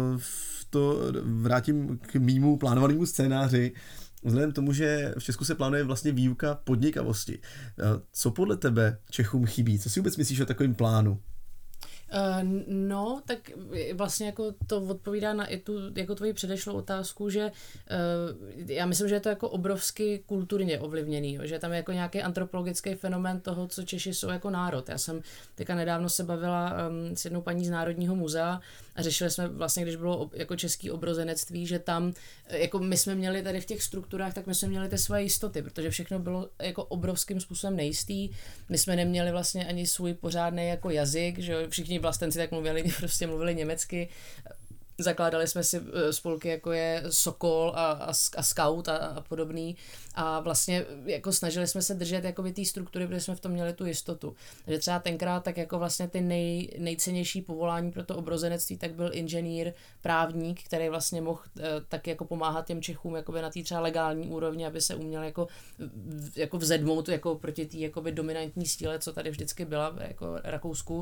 to vrátím k mýmu plánovanému scénáři, vzhledem k tomu, že v Česku se plánuje vlastně výuka podnikavosti. Co podle tebe Čechům chybí? Co si vůbec myslíš o takovém plánu? Uh, no, tak vlastně jako to odpovídá na i tu jako tvoji předešlou otázku, že uh, já myslím, že je to jako obrovsky kulturně ovlivněný, jo, že tam je jako nějaký antropologický fenomén toho, co Češi jsou jako národ. Já jsem teďka nedávno se bavila um, s jednou paní z Národního muzea a řešili jsme vlastně, když bylo jako český obrozenectví, že tam, jako my jsme měli tady v těch strukturách, tak my jsme měli ty své jistoty, protože všechno bylo jako obrovským způsobem nejistý. My jsme neměli vlastně ani svůj pořádný jako jazyk, že všichni vlastenci tak mluvili, prostě mluvili německy. Zakládali jsme si spolky, jako je Sokol a, a, a Scout a, a podobný a vlastně jako snažili jsme se držet jakoby té struktury, protože jsme v tom měli tu jistotu. Takže třeba tenkrát tak jako vlastně ty nej, nejcennější povolání pro to obrozenectví tak byl inženýr, právník, který vlastně mohl tak jako pomáhat těm Čechům jakoby na té třeba legální úrovni, aby se uměl jako, jako vzedmout jako proti té jakoby dominantní síle, co tady vždycky byla jako Rakousku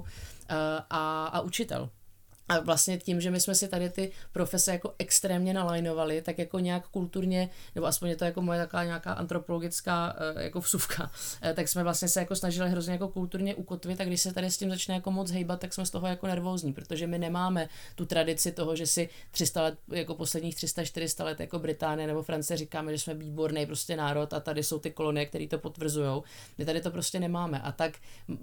a, a učitel. A vlastně tím, že my jsme si tady ty profese jako extrémně nalajnovali, tak jako nějak kulturně, nebo aspoň je to jako moje taková nějaká antropologická jako vsuvka, tak jsme vlastně se jako snažili hrozně jako kulturně ukotvit a když se tady s tím začne jako moc hejbat, tak jsme z toho jako nervózní, protože my nemáme tu tradici toho, že si tři sta let, jako posledních tři sta čtyři sta let jako Británie nebo Francie říkáme, že jsme výborný prostě národ a tady jsou ty kolonie, které to potvrzujou. My tady to prostě nemáme a tak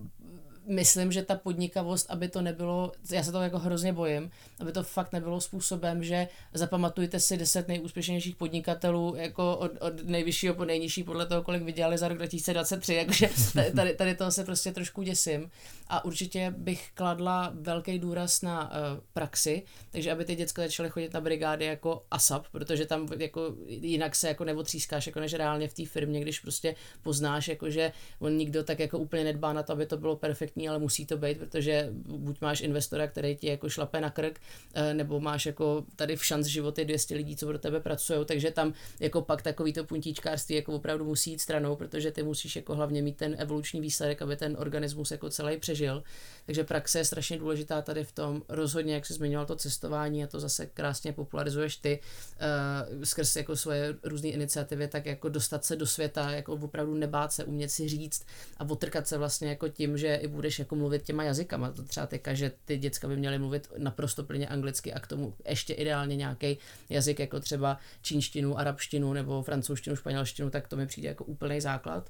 myslím, že ta podnikavost, aby to nebylo, já se toho jako hrozně bojím, aby to fakt nebylo způsobem, že zapamatujte si deset nejúspěšnějších podnikatelů jako od, od nejvyššího po nejnižší podle toho, kolik vydělali za rok dva tisíce dvacet tři, jakože tady, tady toho se prostě trošku děsím a určitě bych kladla velký důraz na uh, praxi, takže aby ty děcka začaly chodit na brigády jako ASAP, protože tam jako jinak se jako neotřískáš, jako než reálně v té firmě, když prostě poznáš, jako že on nikdo tak jako úplně nedbá na to, aby to bylo perfektní nekorektní, ale musí to být, protože buď máš investora, který ti jako šlape na krk, nebo máš jako tady v šanc životy dvě stě lidí, co pro tebe pracují, takže tam jako pak takovýto puntíčkářství jako opravdu musí jít stranou, protože ty musíš jako hlavně mít ten evoluční výsledek, aby ten organismus jako celý přežil. Takže praxe je strašně důležitá tady v tom. Rozhodně, jak jsi zmiňoval to cestování, a to zase krásně popularizuješ ty uh, skrz jako svoje různé iniciativy, tak jako dostat se do světa, jako opravdu nebát se, umět si říct a otrkat se vlastně jako tím, že i budeš jako mluvit těma jazykama. To třeba teďka, že ty děcka by měly mluvit naprosto plně anglicky a k tomu ještě ideálně nějaký jazyk jako třeba čínštinu, arabštinu nebo francouzštinu, španělštinu, tak to mi přijde jako úplný základ.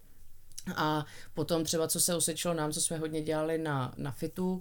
A potom třeba, co se osvědčilo nám, co jsme hodně dělali na, na fitu,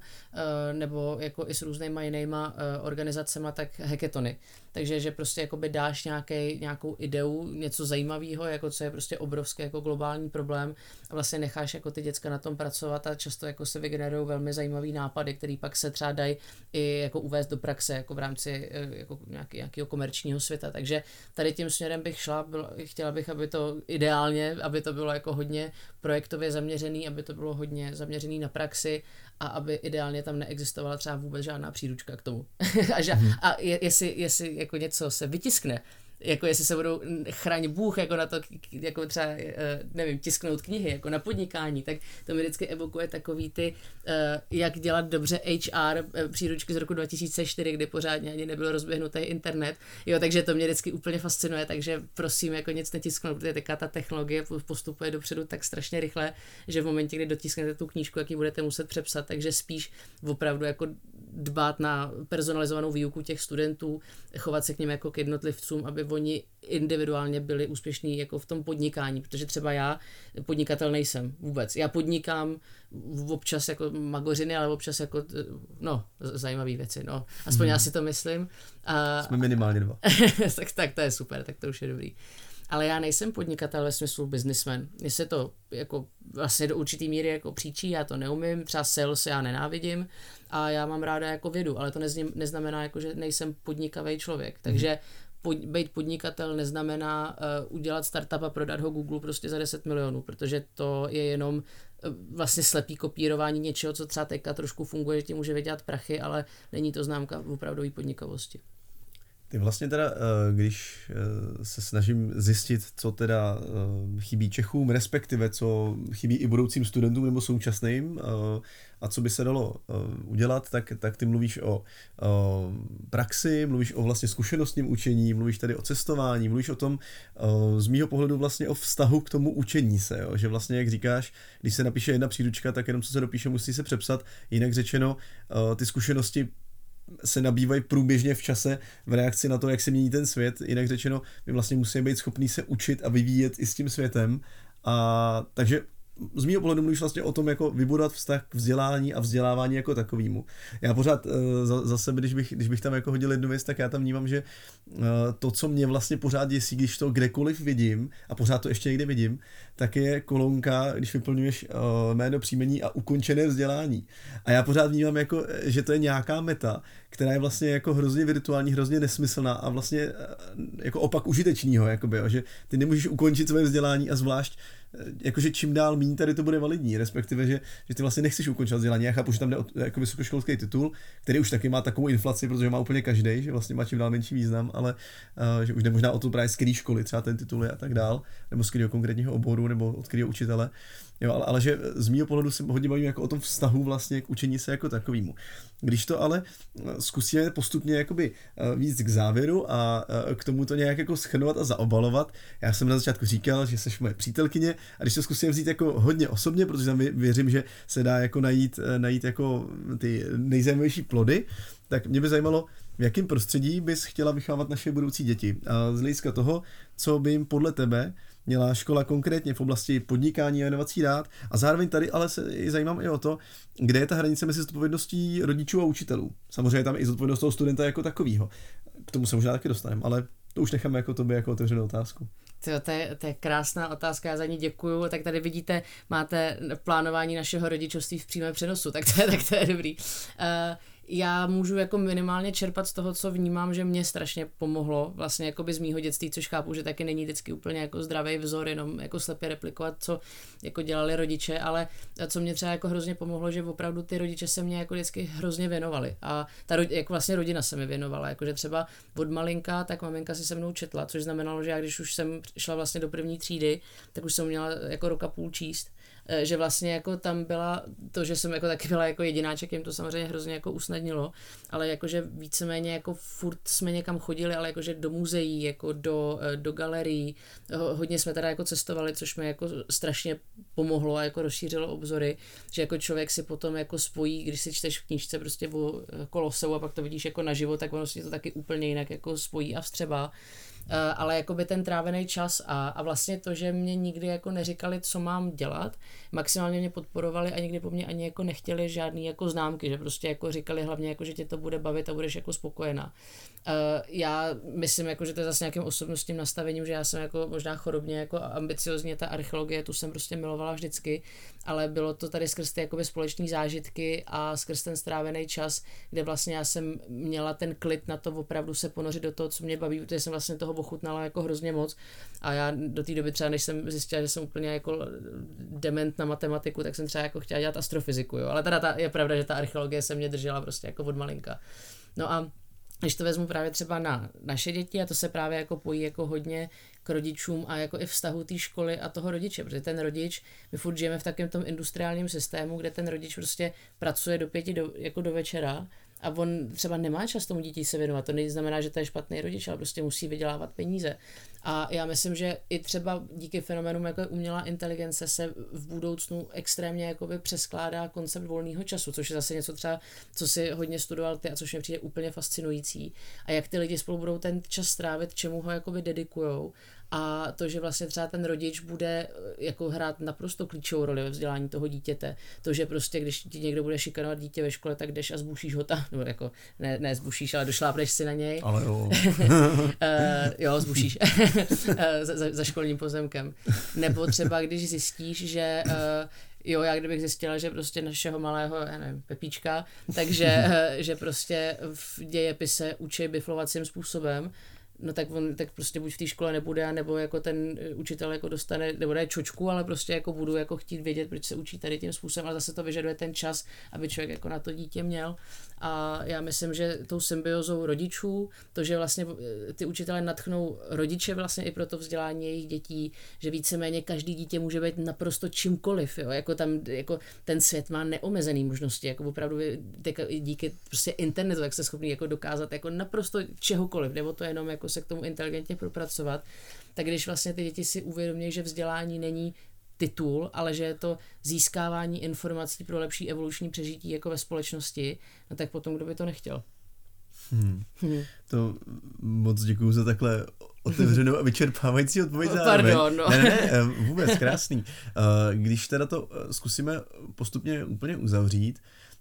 nebo jako i s různýma jinýma organizacema, tak hackathony. Takže, že prostě jakoby dáš nějaký, nějakou ideu, něco zajímavého, jako co je prostě obrovský jako globální problém a vlastně necháš jako ty děcka na tom pracovat a často jako se vygenerují velmi zajímavý nápady, který pak se třeba dají i jako uvést do praxe, jako v rámci jako nějaký, nějakého komerčního světa. Takže tady tím směrem bych šla, bylo, chtěla bych, aby to ideálně, aby to bylo jako hodně projektově zaměřený, aby to bylo hodně zaměřený na praxi a aby ideálně tam neexistovala třeba vůbec žádná příručka k tomu. a, že, hmm. a je, jestli, jestli jako něco se vytiskne, jako jestli se budou chraň Bůh jako na to, jako třeba, nevím, tisknout knihy, jako na podnikání, tak to mi vždycky evokuje takový ty, jak dělat dobře H R příručky z roku dva tisíce čtyři, kdy pořádně ani nebyl rozběhnutý internet, jo, takže to mě vždycky úplně fascinuje, takže prosím, jako nic netisknout, protože teďka ta technologie postupuje dopředu tak strašně rychle, že v momentě, kdy dotisknete tu knížku, jak ji budete muset přepsat, takže spíš opravdu jako dbát na personalizovanou výuku těch studentů, chovat se k nim jako k jednotlivcům, aby oni individuálně byli úspěšní jako v tom podnikání, protože třeba já podnikatel nejsem vůbec. Já podnikám občas jako magořiny, ale občas jako, no, zajímavé věci, no. Aspoň hmm. já si to myslím. A... Jsme minimálně dva. tak, tak to je super, tak to už je dobrý. Ale já nejsem podnikatel ve smyslu businessman. Mně se to jako vlastně do určitý míry jako příčí, já to neumím, třeba sales já nenávidím a já mám ráda jako vědu, ale to neznamená jako, že nejsem podnikavý člověk. Takže pod, být podnikatel neznamená uh, udělat startup a prodat ho Google prostě za deset milionů, protože to je jenom uh, vlastně slepý kopírování něčeho, co třeba teďka trošku funguje, že ti může vydělat prachy, ale není to známka opravdové podnikavosti. Ty vlastně teda, když se snažím zjistit, co teda chybí Čechům, respektive co chybí i budoucím studentům nebo současným a co by se dalo udělat, tak, tak ty mluvíš o, o praxi, mluvíš o vlastně zkušenostním učení, mluvíš tady o cestování, mluvíš o tom, z mýho pohledu vlastně o vztahu k tomu učení se, jo? Že vlastně, jak říkáš, když se napíše jedna příručka, tak jenom co se dopíše, musí se přepsat, jinak řečeno, ty zkušenosti se nabývají průběžně v čase v reakci na to, jak se mění ten svět. Jinak řečeno, my vlastně musíme být schopní se učit a vyvíjet i s tím světem. A takže z mýho pohledu mluvíš vlastně o tom, jako vybudovat vztah k vzdělání a vzdělávání jako takovému. Já pořád uh, za, za sebe, když bych, když bych tam jako hodil jednu věc, tak já tam vnímám, že uh, to, co mě vlastně pořád děsí, když to kdekoliv vidím, a pořád to ještě někde vidím, tak je kolonka, když vyplňuješ uh, jméno, příjmení a ukončené vzdělání. A já pořád vnímám, jako, že to je nějaká meta, která je vlastně jako hrozně virtuální, hrozně nesmyslná a vlastně uh, jako opak užitečného, jakoby, jo, že ty nemůžeš ukončit své vzdělání a zvlášť jakože čím dál méně tady to bude validní, respektive, že, že ty vlastně nechceš ukončit vzdělání. Já chápu, že tam jde o jako vysokoškolský titul, který už taky má takovou inflaci, protože má úplně každý, že vlastně má čím dál menší význam, ale uh, že už jde možná o to právě z který školy třeba ten titul je a tak dál, nebo z kterého konkrétního oboru, nebo od kterého učitele. Jo, ale, ale že z mýho pohledu se hodně bavím jako o tom vztahu vlastně k učení se jako takovému. Když to ale zkusíme postupně jakoby víc k závěru a k tomu to nějak jako shrnovat a zaobalovat. Já jsem na začátku říkal, že jsi moje přítelkyně a když to zkusíme vzít jako hodně osobně, protože tam věřím, že se dá jako najít, najít jako ty nejzajímavější plody, tak mě by zajímalo, v jakém prostředí bys chtěla vychovávat naše budoucí děti. A z hlediska toho, co by jim podle tebe měla škola konkrétně v oblasti podnikání a inovací dát. A zároveň tady ale se zajímám i o to, kde je ta hranice mezi zodpovědností rodičů a učitelů. Samozřejmě tam i zodpovědnost toho studenta jako takového. K tomu se možná taky dostaneme, ale to už necháme jako tobě jako otevřenou otázku. To, to, je, to je krásná otázka, já za ní děkuju. Tak tady vidíte, máte plánování našeho rodičovství v přímém přenosu, tak to je, tak to je dobrý. Uh, já můžu jako minimálně čerpat z toho, co vnímám, že mě strašně pomohlo vlastně jako z mýho dětství, což chápu, že taky není vždycky úplně jako zdravý vzor, jenom jako slepě replikovat, co jako dělali rodiče, ale co mě třeba jako hrozně pomohlo, že opravdu ty rodiče se mě jako vždycky hrozně věnovali a ta rodi, jako vlastně rodina se mi věnovala, jakože třeba od malinka, tak maminka si se mnou četla, což znamenalo, že já když už jsem šla vlastně do první třídy, tak už jsem měla jako roka půl číst, že vlastně jako tam byla to, že jsem jako taky byla jako jedináček, jim to samozřejmě hrozně jako usnadnilo, ale jakože víceméně jako furt jsme někam chodili, ale jakože do muzeí, jako do, do galerií, hodně jsme teda jako cestovali, což mi jako strašně pomohlo a jako rozšířilo obzory, že jako člověk si potom jako spojí, když si čteš v knížce prostě o Koloseu a pak to vidíš jako naživo, tak ono si to taky úplně jinak jako spojí a vstřebá. Uh, ale jakoby ten trávený čas a, a vlastně to, že mě nikdy jako neříkali, co mám dělat, maximálně mě podporovali a nikdy po mně ani jako nechtěli žádný jako známky, že prostě jako říkali hlavně jako, že tě to bude bavit a budeš jako spokojená. Uh, já myslím jako, že to je zase nějakým osobnostním nastavením, že já jsem jako možná chorobně jako ambiciozně, ta archeologie, tu jsem prostě milovala vždycky, ale bylo to tady skrz ty jakoby společný zážitky a skrz ten strávený čas, kde vlastně já jsem měla ten klid na to opravdu se ponořit do toho, co mě baví, protože jsem vlastně toho ochutnala jako hrozně moc a já do té doby třeba, než jsem zjistila, že jsem úplně jako dement na matematiku, tak jsem třeba jako chtěla dělat astrofyziku, jo, ale teda ta, je pravda, že ta archeologie se mě držela prostě jako od malinka. No a když to vezmu právě třeba na naše děti a to se právě jako pojí jako hodně k rodičům a jako i vztahu té školy a toho rodiče, protože ten rodič, my furt žijeme v takovém tom industriálním systému, kde ten rodič prostě pracuje do pěti do, jako do večera a on třeba nemá čas tomu dítě se věnovat, to neznamená, že to je špatný rodič, ale prostě musí vydělávat peníze. A já myslím, že i třeba díky fenoménům jako je umělá inteligence se v budoucnu extrémně jakoby přeskládá koncept volného času, což je zase něco třeba, co si hodně studoval ty a což mě přijde úplně fascinující. A jak ty lidi spolu budou ten čas strávit, čemu ho jakoby dedikujou. A to, že vlastně třeba ten rodič bude jako hrát naprosto klíčovou roli ve vzdělání toho dítěte. To, že prostě, když ti někdo bude šikanovat dítě ve škole, tak jdeš a zbušíš ho tam, nebo jako, ne, ne zbušíš, ale došlápneš si na něj. Ale jo. uh, jo, zbušíš. za, za, za školním pozemkem. Nebo třeba, když zjistíš, že uh, jo, já kdybych zjistila, že prostě našeho malého, já nevím, Pepíčka, takže že prostě v dějepise učí biflovacím způsobem, no tak on tak prostě buď v té škole nebude, nebo jako ten učitel jako dostane, nebo ne čočku, ale prostě jako budu jako chtít vědět, proč se učí tady tím způsobem, ale zase to vyžaduje ten čas, aby člověk jako na to dítě měl. A já myslím, že tou symbiozou rodičů, to, že vlastně ty učitelé nadchnou rodiče vlastně i pro to vzdělání jejich dětí, že víceméně každý dítě může být naprosto čímkoliv, jo? Jako tam jako ten svět má neomezený možnosti, jako opravdu díky prostě internetu, jak se schopný jako dokázat jako naprosto čehokoliv, nebo to jenom jako se k tomu inteligentně propracovat, tak když vlastně ty děti si uvědomí, že vzdělání není titul, ale že je to získávání informací pro lepší evoluční přežití jako ve společnosti, no tak potom kdo by to nechtěl. Hmm. Hmm. To moc děkuju za takhle otevřenou a vyčerpávající odpověď. Pardon, no. Ne, ne, ne, vůbec krásný. Když teda to zkusíme postupně úplně uzavřít,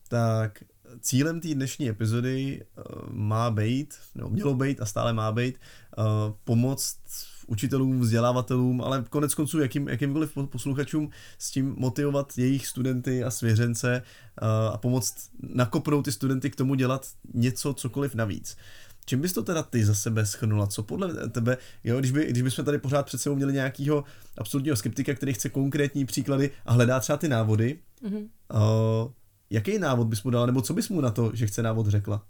tak cílem té dnešní epizody má být, nebo mělo být a stále má být pomoct učitelům, vzdělávatelům, ale konec konců jakým, jakýmkoliv posluchačům s tím motivovat jejich studenty a svěřence a pomoct nakopnout ty studenty k tomu dělat něco, cokoliv navíc. Čím bys to teda ty za sebe shrnula? Co podle tebe, jo, když, by, když bychom tady pořád před sebou měli nějakého absolutního skeptika, který chce konkrétní příklady a hledá třeba ty návody, mm-hmm. uh, jaký návod bys mu dala, nebo co bys mu na to, že chce návod řekla?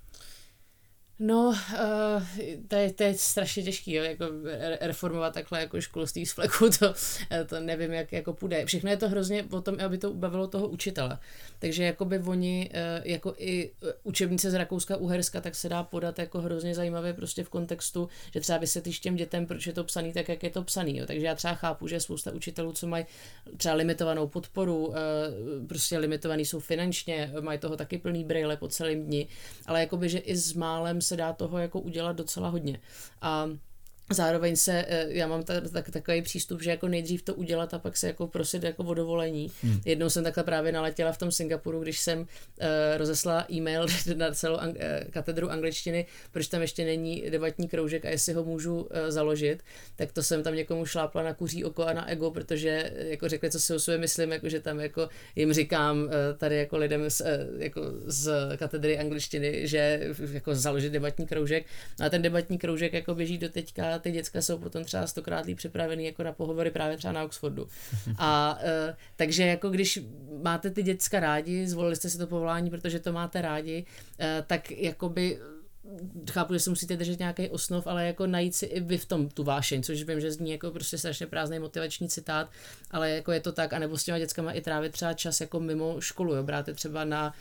No, uh, to, je, to je strašně těžký, jo, jako reformovat takhle jako školství z fleku, to, to nevím, jak jako půjde. Všechno je to hrozně o tom, aby to ubavilo toho učitele. Takže jakoby oni, jako i učebnice z Rakouska, Uherska, tak se dá podat jako hrozně zajímavě prostě v kontextu, že třeba vysvětlíš těm dětem, proč je to psaný tak, jak je to psaný. Jo. Takže já třeba chápu, že je spousta učitelů, co mají třeba limitovanou podporu, prostě limitovaný jsou finančně, mají toho taky plný brejle po celém dni, ale jakoby, že i s málem se dá toho jako udělat docela hodně. A Zároveň se, já mám ta, tak, takový přístup, že jako nejdřív to udělat a pak se jako prosit jako o dovolení. Hmm. Jednou jsem takhle právě naletěla v tom Singapuru, když jsem uh, rozeslala e-mail na celou ang- katedru angličtiny, proč tam ještě není debatní kroužek a jestli ho můžu uh, založit, tak to jsem tam někomu šlápla na kuří oko a na ego, protože jako řekli, co si o sobě myslím, jako, že tam jako jim říkám uh, tady jako lidem z, uh, jako z katedry angličtiny, že jako založit debatní kroužek. A ten debatní kroužek jako běží do teďka. Ty děcka jsou potom třeba stokrát líp připravený jako na pohovory právě třeba na Oxfordu. A uh, takže jako když máte ty děcka rádi, zvolili jste si to povolání, protože to máte rádi, uh, tak jakoby chápu, že se musíte držet nějaký osnov, ale jako najít si i vy v tom tu vášeň, což vím, že zní jako prostě strašně prázdný motivační citát, ale jako je to tak, anebo s těma dětskama i trávit třeba čas jako mimo školu, jo, bráte třeba na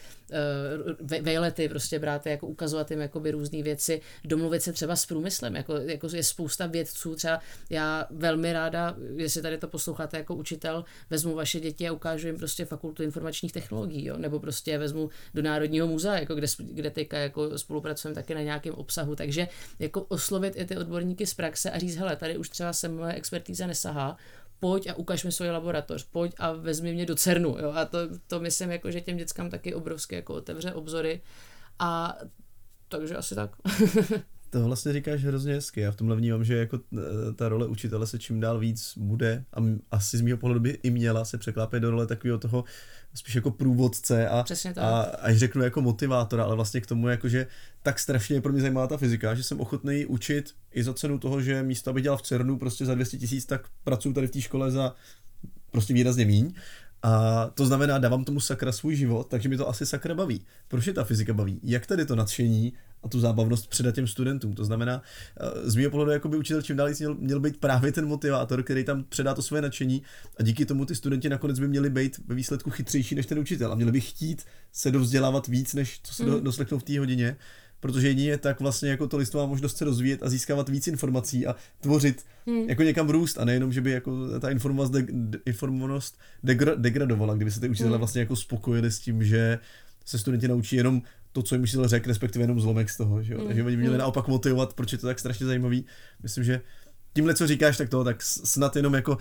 uh, vejlety, prostě bráte jako ukazovat jim jakoby různé věci, domluvit se třeba s průmyslem, jako, jako je spousta vědců, třeba já velmi ráda, jestli tady to posloucháte jako učitel, vezmu vaše děti a ukážu jim prostě fakultu informačních technologií, jo, nebo prostě vezmu do Národního muzea, jako kde, kde teďka jako spolupracujeme taky na nějakém obsahu, takže jako oslovit i ty odborníky z praxe a říct, hele, tady už třeba se moje expertíza nesahá, pojď a ukaž mi svoji laboratoř, pojď a vezmi mě do CERNu, jo, a to, to myslím, jako, že těm dětskám taky obrovsky jako otevře obzory a takže asi tak. To vlastně říkáš hrozně hezky. Já v tomhle vnímám, že jako ta role učitele se čím dál víc bude a asi z mýho pohledu by i měla se překlápět do role takového toho spíš jako průvodce a, a až řeknu jako motivátora, ale vlastně k tomu jako, že tak strašně je pro mě zajímavá ta fyzika, že jsem ochotný učit i za cenu toho, že místo aby dělal v CERNu prostě za dvě stě tisíc, tak pracuji tady v té škole za prostě výrazně míň. A to znamená, dávám tomu sakra svůj život, takže mi to asi sakra baví. Proč je ta fyzika baví? Jak tady to nadšení a tu zábavnost předat těm studentům? To znamená, z mého pohledu jako by učitel čím dál měl, měl být právě ten motivátor, který tam předá to své nadšení a díky tomu ty studenti nakonec by měli být ve výsledku chytřejší než ten učitel a měli by chtít se dovzdělávat víc, než co se mm. doslechnou v té hodině. Protože jedině tak vlastně jako to lidstvo má možnost se rozvíjet a získávat víc informací a tvořit, hmm. jako někam růst a nejenom, že by jako ta informovanost, de, de, informovanost degra, degradovala, kdyby se ty učitelé hmm. vlastně jako spokojili s tím, že se studenti naučí jenom to, co jim učitel řekl, respektive jenom zlomek z toho, že jo? Hmm. Takže oni měli hmm. naopak motivovat, proč je to tak strašně zajímavý. Myslím, že tímhle, co říkáš, tak to, tak snad jenom jako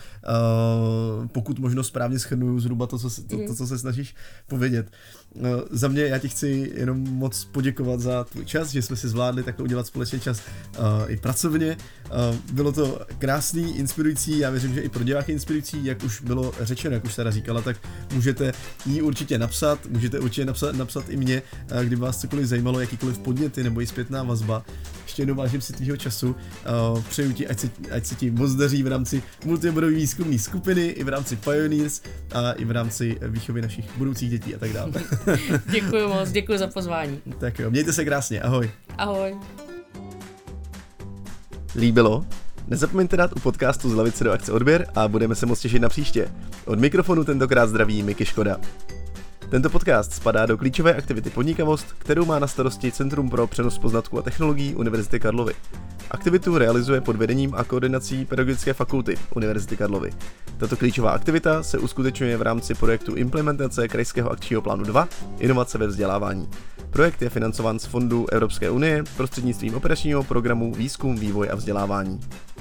uh, pokud možno správně shrnuju zhruba to, co, to, to, co se snažíš povědět. Uh, za mě já ti chci jenom moc poděkovat za tvůj čas, že jsme si zvládli takto udělat společně čas uh, i pracovně. Uh, bylo to krásný, inspirující, já věřím, že i pro diváky inspirující, jak už bylo řečeno, jak už Sara říkala, tak můžete jí určitě napsat, můžete určitě napsat, napsat i mě, uh, kdyby vás cokoliv zajímalo, jakýkoliv podněty nebo i zpětná vazba. Ještě jednou vážím si tvýho času, uh, přeju ti, ať se, ať se ti moc daří v rámci multioborové výzkumné skupiny, i v rámci Pioneers a i v rámci výchovy našich budoucích dětí a tak dále. Děkuji moc, děkuji za pozvání. Tak jo, mějte se krásně, ahoj. Ahoj. Líbilo? Nezapomeňte dát u podcastu z lavice do akce odběr a budeme se moc těšit na příště. Od mikrofonu tentokrát zdraví Miky Škoda. Tento podcast spadá do klíčové aktivity Podnikavost, kterou má na starosti Centrum pro přenos poznatků a technologií Univerzity Karlovy. Aktivitu realizuje pod vedením a koordinací Pedagogické fakulty Univerzity Karlovy. Tato klíčová aktivita se uskutečňuje v rámci projektu implementace Krajského akčního plánu dva Inovace ve vzdělávání. Projekt je financován z fondů Evropské unie prostřednictvím operačního programu Výzkum, vývoj a vzdělávání.